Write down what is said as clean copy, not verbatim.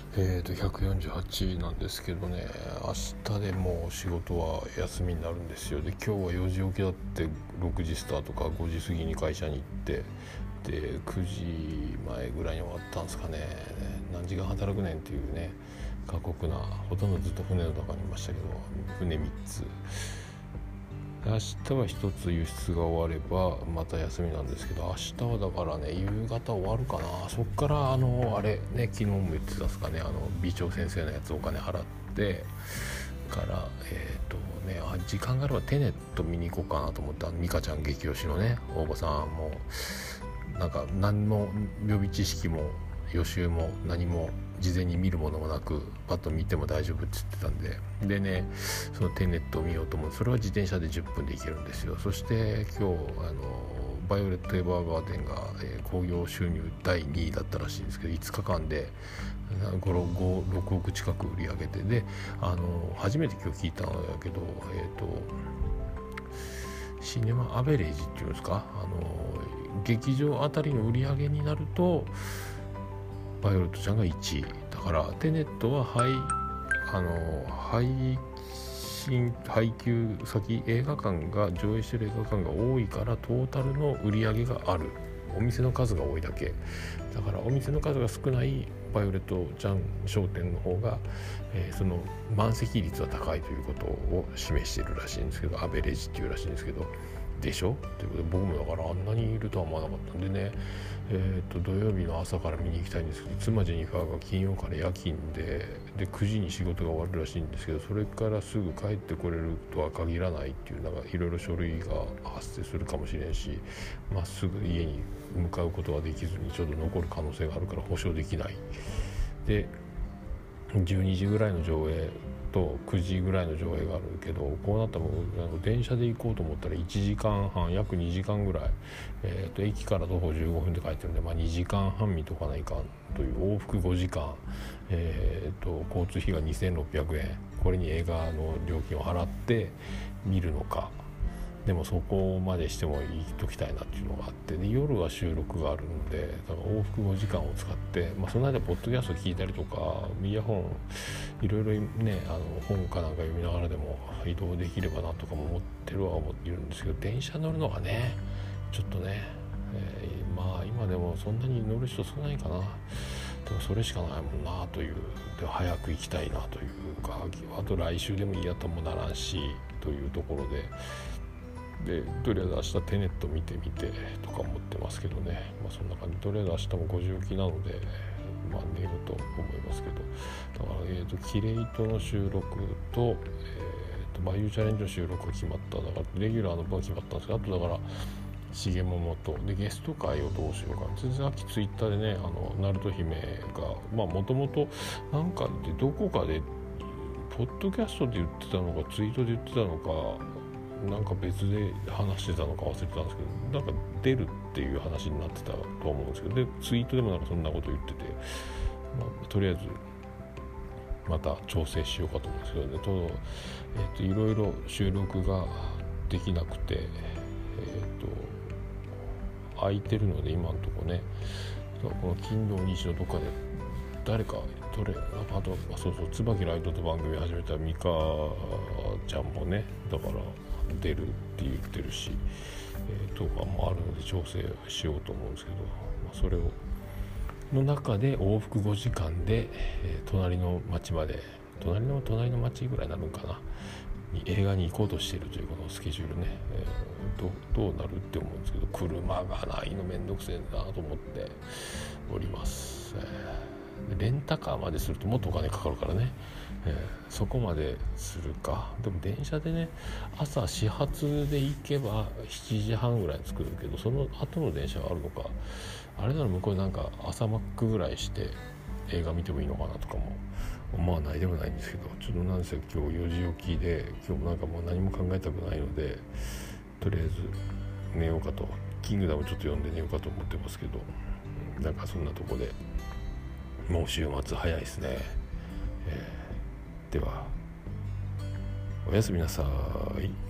148なんですけどね、明日でもう仕事は休みになるんですよ。で今日は4時起きだって6時スタートか5時過ぎに会社に行って、で9時前ぐらいに終わったんですかね。何時間働くねんっていうね、過酷な、ほとんどずっと船の中にいましたけど、船3つ、明日は1つ輸出が終わればまた休みなんですけど、明日はだからね夕方終わるかな。そっからあれね、昨日も言ってたんですかね、美長先生のやつお金払ってから時間があればテネット見に行こうかなと思って、美香ちゃん激推しのね大場さんもなんか何の予備知識も予習も何も事前に見るものもなくパッと見ても大丈夫って言ってたんで、でねそのテネットを見ようと思う。それは自転車で10分で行けるんですよ。そして今日バイオレット・エヴァーガーデンが、興行収入第2位だったらしいんですけど、5日間で6億近く売り上げて、で初めて今日聞いたんだけど、シネマアベレージっていうんですか、劇場あたりの売り上げになるとバイオレットちゃんが1位だから、テネットは配給先、映画館が上映してる映画館が多いからトータルの売り上げがある、お店の数が多いだけだから、お店の数が少ないバイオレットちゃん商店の方が、その満席率は高いということを示しているらしいんですけど、アベレージっていうらしいんですけど、でしょということで、僕もだからあんなにいるとは思わなかったんでね、土曜日の朝から見に行きたいんですけど、妻ジェニファーが金曜から夜勤で9時に仕事が終わるらしいんですけど、それからすぐ帰ってこれるとは限らないっていう、なんかいろいろ書類が発生するかもしれんし、まっすぐ家に向かうことができずにちょっと残る可能性があるから保証できないで、12時ぐらいの上映と9時ぐらいの上映があるけど、こうなったらもう電車で行こうと思ったら1時間半約2時間ぐらい、駅から徒歩15分で帰ってるんで、2時間半見とかないかんという、往復5時間、交通費が2600円、これに映画の料金を払って見るのか、でもそこまでしても行っときたいなっていうのがあって、で夜は収録があるので、だから往復5時間を使って、その間ポッドキャスト聞いたりとかイヤホンいろいろね、本かなんか読みながらでも移動できればなとかも思っているんですけど、電車乗るのがねちょっとね、今でもそんなに乗る人少ないかな。でもそれしかないもんなという、で早く行きたいなというか、あと来週でもいいやともならんしというところで、とりあえず明日テネット見てみてとか思ってますけどね、そんな感じ。とりあえず明日も5時起きなので、寝ると思いますけど、だからキレイトの収録と、バイユーチャレンジの収録が決まった。だからレギュラーの分は決まったんですけど、あとだから重桃とでゲスト会をどうしようかな。全然さっきツイッターでね、ナルト姫がもともとなんかでどこかでポッドキャストで言ってたのかツイートで言ってたのか、なんか別で話してたのか忘れてたんですけど、なんか出るっていう話になってたと思うんですけど、でツイートでもなんかそんなこと言ってて、とりあえずまた調整しようかと思うんですけどね、いろいろ収録ができなくて、空いてるので今のところね、この金土日のどっかで誰かあと椿ライトと番組始めたミカちゃんもね、だから出るって言ってるし、とかもあるので調整しようと思うんですけど、それをの中で往復5時間で、隣の町ぐらいになるのかなに映画に行こうとしているというこのスケジュールね、どうなるって思うんですけど、車がないのめんどくせえなと思っております。レンタカーまでするともっとお金かかるからね、そこまでするか。でも電車でね、朝始発で行けば7時半ぐらいに着くけど、その後の電車があるのか、あれなら向こうでなんか朝マックぐらいして映画見てもいいのかなとかも思わないでもないんですけど、ちょっとなんせ今日4時起きで、今日なんかもう何も考えたくないので、とりあえず寝ようかと、キングダムちょっと読んで寝ようかと思ってますけど、なんかそんなとこでもう週末早いですね。ではおやすみなさい。